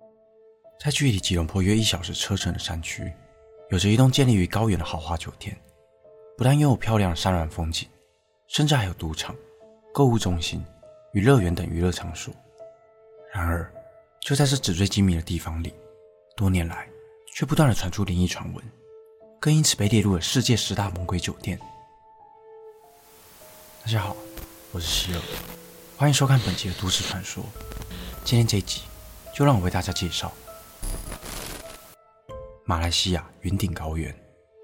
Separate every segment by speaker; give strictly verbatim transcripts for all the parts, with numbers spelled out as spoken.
Speaker 1: 在距离吉隆坡约一小时车程的山区，有着一栋建立于高原的豪华酒店，不但拥有漂亮的山峦风景，甚至还有赌场、购物中心与乐园等娱乐场所。然而，就在这纸醉金迷的地方里，多年来却不断地传出灵异传闻，更因此被列入了世界十大魔鬼酒店。大家好，我是希尔，欢迎收看本期的都市传说。今天这一集就让我为大家介绍马来西亚云顶高原。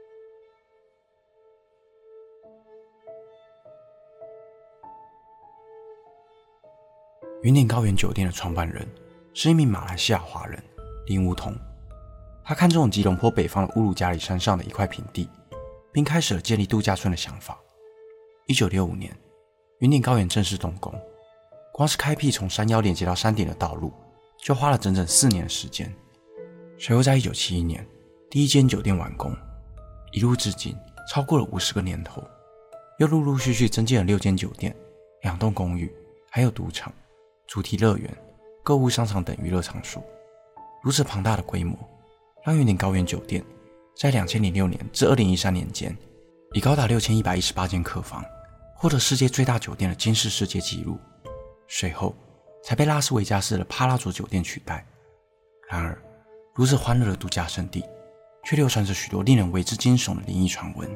Speaker 1: 云顶高原酒店的创办人是一名马来西亚华人林梧桐，他看中了吉隆坡北方的乌鲁加里山上的一块平地，并开始了建立度假村的想法。一九六五年，云顶高原正式动工，光是开辟从山腰连接到山顶的道路就花了整整四年的时间。随后在一九七一年，第一间酒店完工，一路至今超过了五十个年头，又陆陆续续增建了六间酒店、两栋公寓，还有赌场、主题乐园、购物商场等娱乐场所。如此庞大的规模，让云顶高原酒店在二零零六年至二零一三年间，以高达六千一百一十八间客房，获得世界最大酒店的金氏世界纪录，随后才被拉斯维加斯的帕拉佐酒店取代。然而，如此欢乐的度假胜地，却流传着许多令人为之惊悚的灵异传闻。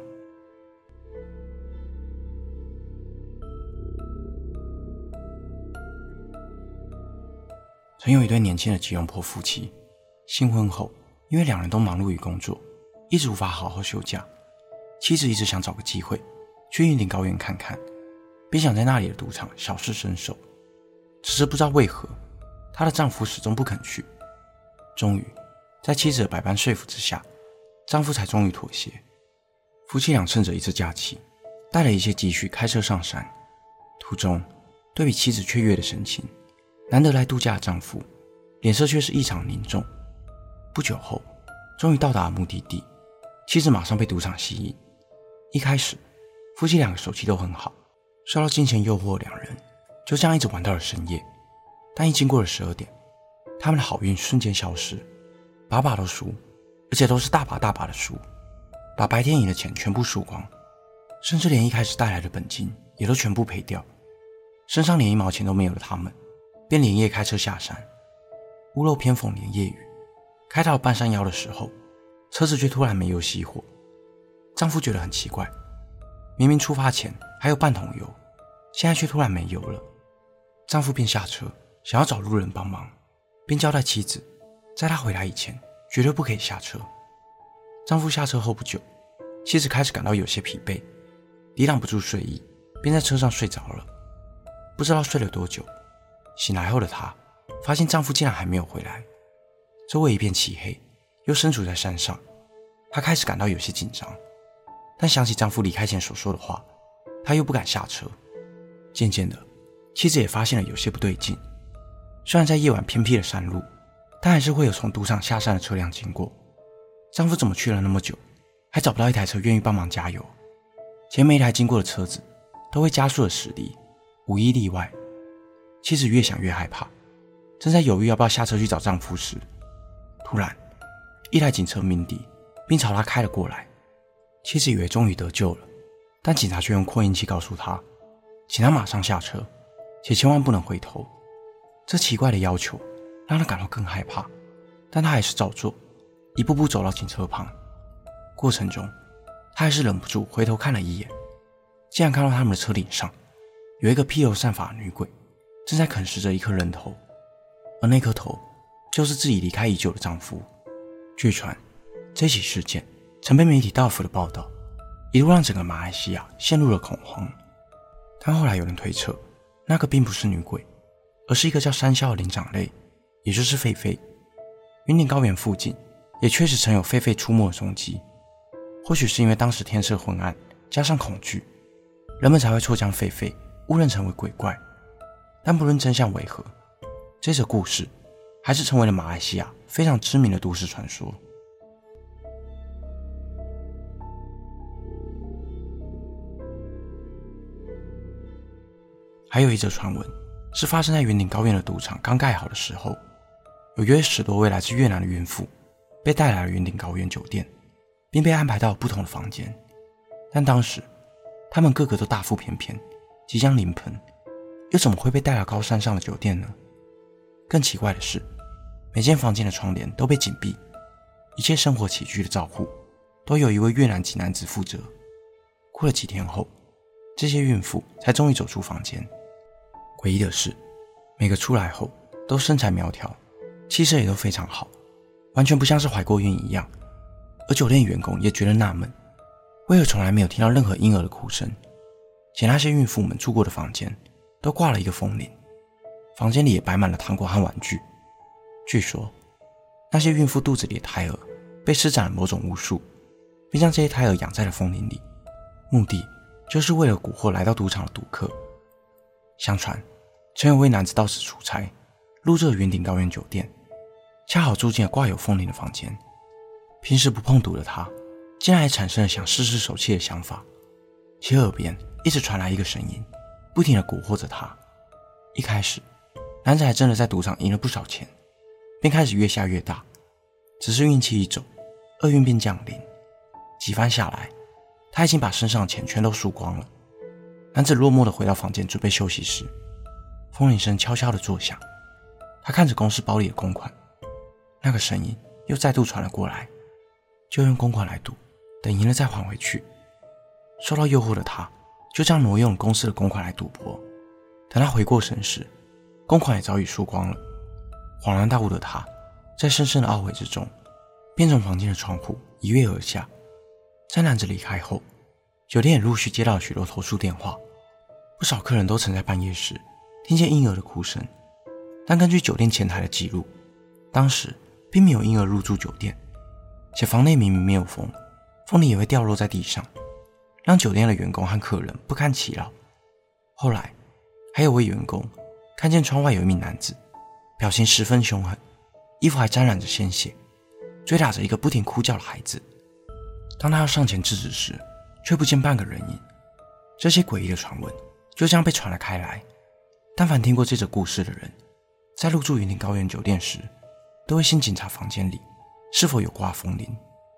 Speaker 1: 曾有一对年轻的吉隆坡夫妻，新婚后因为两人都忙碌于工作，一直无法好好休假。妻子一直想找个机会去云顶高原看看，并想在那里的赌场小试身手，只是不知道为何她的丈夫始终不肯去。终于在妻子的百般说服之下，丈夫才终于妥协。夫妻俩趁着一次假期，带了一些积蓄开车上山，途中对比妻子雀跃的神情，难得来度假的丈夫脸色却是异常凝重。不久后终于到达了目的地，妻子马上被赌场吸引。一开始夫妻两个手气都很好，受到金钱诱惑，两人就这样一直玩到了深夜。但一经过了十二点，他们的好运瞬间消失，把把都输，而且都是大把大把的输，把白天赢的钱全部输光，甚至连一开始带来的本金也都全部赔掉，身上连一毛钱都没有的他们便连夜开车下山。屋漏偏逢连夜雨，开到了半山腰的时候，车子却突然没油熄火。丈夫觉得很奇怪，明明出发前还有半桶油，现在却突然没油了。丈夫便下车想要找路人帮忙，并交代妻子在他回来以前绝对不可以下车。丈夫下车后不久，妻子开始感到有些疲惫，抵挡不住睡意，便在车上睡着了。不知道睡了多久，醒来后的她发现丈夫竟然还没有回来，周围一片漆黑，又身处在山上，她开始感到有些紧张，但想起丈夫离开前所说的话，她又不敢下车。渐渐的，妻子也发现了有些不对劲。虽然在夜晚偏僻的山路，但还是会有从赌场下山的车辆经过。丈夫怎么去了那么久，还找不到一台车愿意帮忙加油？前每一台经过的车子都会加速了驶离，无一例外。妻子越想越害怕，正在犹豫要不要下车去找丈夫时，突然一台警车鸣笛，并朝她开了过来。妻子以为终于得救了，但警察却用扩音器告诉她，请她马上下车，且千万不能回头。这奇怪的要求让她感到更害怕，但她还是照做，一步步走到警车旁。过程中她还是忍不住回头看了一眼，竟然看到他们的车顶上有一个披头散发的女鬼，正在啃食着一颗人头，而那颗头就是自己离开已久的丈夫。据传这起事件曾被媒体大幅的报道，一度让整个马来西亚陷入了恐慌。但后来有人推测，那个并不是女鬼，而是一个叫山魈的灵长类，也就是狒狒。云顶高原附近也确实曾有狒狒出没的踪迹，或许是因为当时天色昏暗，加上恐惧，人们才会错将狒狒误认成为鬼怪。但不论真相为何，这则故事还是成为了马来西亚非常知名的都市传说。还有一则传闻是发生在云顶高原的赌场刚盖好的时候， 有约十多位来自越南的孕妇被带来了云顶高原酒店，并被安排到不同的房间。但当时他们个个都大腹便便，即将临盆，又怎么会被带到高山上的酒店呢？更奇怪的是，每间房间的窗帘都被紧闭，一切生活起居的照护都由一位越南籍男子负责。过了几天后，这些孕妇才终于走出房间。诡异的是，每个出来后都身材苗条，气色也都非常好，完全不像是怀过孕一样。而酒店员工也觉得纳闷，为何从来没有听到任何婴儿的哭声，且那些孕妇们住过的房间都挂了一个风铃，房间里也摆满了糖果和玩具。据说那些孕妇肚子里的胎儿被施展了某种巫术，并将这些胎儿养在了风铃里，目的就是为了蛊惑来到赌场的赌客。相传曾有位男子到此出差，入住了云顶高原酒店，恰好住进了挂有风铃的房间。平时不碰赌的他竟然还产生了想试试手气的想法，其耳边一直传来一个声音，不停地蛊惑着他。一开始男子还真的在赌场赢了不少钱，便开始越下越大，只是运气一走，厄运便降临。几番下来，他已经把身上的钱全都输光了。男子落寞地回到房间准备休息时，风铃声悄悄地作响。他看着公司包里的公款，那个声音又再度传了过来，就用公款来赌，等赢了再还回去。受到诱惑的他就这样挪用公司的公款来赌博。等他回过神时，公款也早已输光了。恍然大悟的他在深深的懊悔之中，便从房间的窗户一跃而下。在男子离开后，酒店也陆续接到了许多投诉电话，不少客人都曾在半夜时听见婴儿的哭声。但根据酒店前台的记录，当时并没有婴儿入住酒店，且房内明明没有风，风铃也会掉落在地上，让酒店的员工和客人不堪其扰。后来还有位员工看见窗外有一名男子，表情十分凶狠，衣服还沾染着鲜血，追打着一个不停哭叫的孩子。当他要上前制止时，却不见半个人影。这些诡异的传闻就这样被传了开来。但凡听过这则故事的人，在入住云顶高原酒店时，都会先检查房间里是否有挂风铃。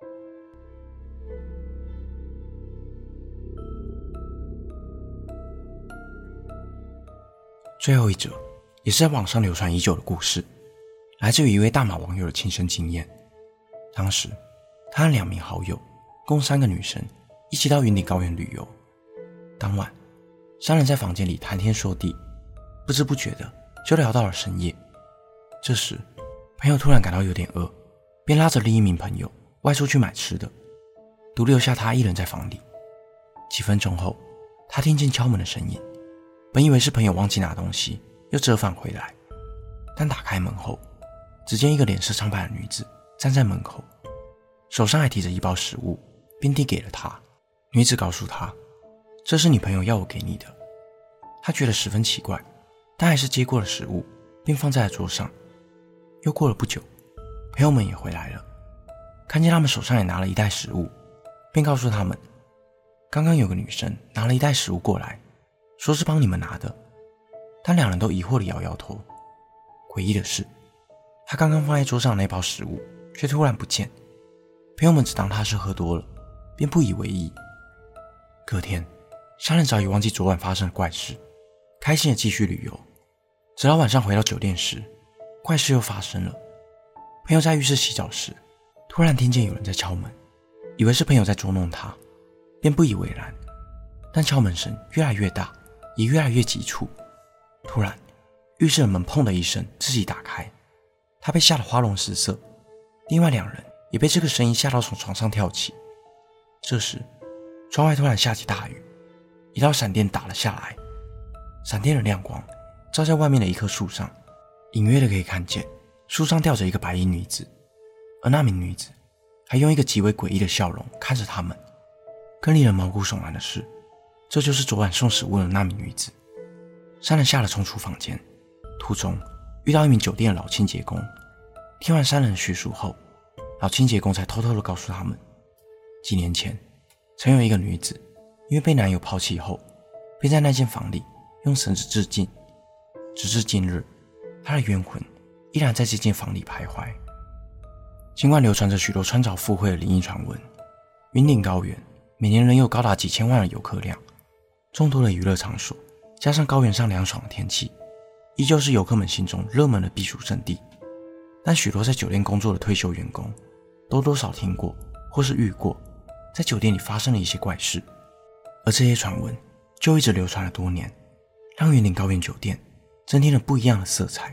Speaker 1: 最后一则也是在网上流传已久的故事，来自于一位大马网友的亲身经验。当时他和两名好友共三个女生一起到云顶高原旅游。当晚三人在房间里谈天说地，不知不觉的就聊到了深夜。这时朋友突然感到有点饿，便拉着另一名朋友外出去买吃的，独留下他一人在房里。几分钟后，他听见敲门的声音，本以为是朋友忘记拿东西又折返回来，但打开门后，只见一个脸色苍白的女子站在门口，手上还提着一包食物，并递给了他。女子告诉他，这是你朋友要我给你的。他觉得十分奇怪，但还是接过了食物，并放在了桌上。又过了不久，朋友们也回来了，看见他们手上也拿了一袋食物，便告诉他们，刚刚有个女生拿了一袋食物过来，说是帮你们拿的。但两人都疑惑地摇摇头。诡异的是，他刚刚放在桌上的那包食物却突然不见。朋友们只当他是喝多了，便不以为意。隔天，三人早已忘记昨晚发生的怪事，开心地继续旅游。直到晚上回到酒店时，怪事又发生了。朋友在浴室洗澡时，突然听见有人在敲门，以为是朋友在捉弄他，便不以为然。但敲门声越来越大，也越来越急促。突然，浴室的门砰的一声自己打开，他被吓得花容失色。另外两人也被这个声音吓到从床上跳起。这时窗外突然下起大雨，一道闪电打了下来，闪电的亮光照在外面的一棵树上，隐约的可以看见树上吊着一个白衣女子，而那名女子还用一个极为诡异的笑容看着他们。更令人毛骨悚然的是，这就是昨晚送食物的那名女子。三人吓得冲出房间，途中遇到一名酒店的老清洁工。听完三人的叙述后，老清洁工才偷偷地告诉他们，几年前曾有一个女子因为被男友抛弃后，便在那间房里用绳子自尽。直至今日，她的冤魂依然在这间房里徘徊。尽管流传着许多穿凿附会的灵异传闻，云顶高原每年仍有高达几千万的游客量，众多的娱乐场所，加上高原上凉爽的天气，依旧是游客们心中热门的避暑胜地。但许多在酒店工作的退休员工都多少听过或是遇过在酒店里发生了一些怪事，而这些传闻就一直流传了多年，让云顶高原酒店增添了不一样的色彩。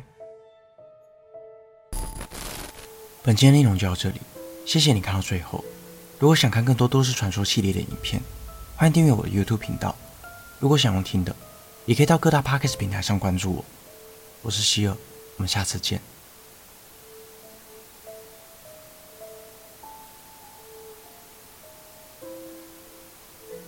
Speaker 1: 本期的内容就到这里，谢谢你看到最后。如果想看更多都市传说系列的影片，欢迎订阅我的 YouTube 频道。如果想用听的，也可以到各大 Podcast 平台上关注我。我是希尔，我们下次见。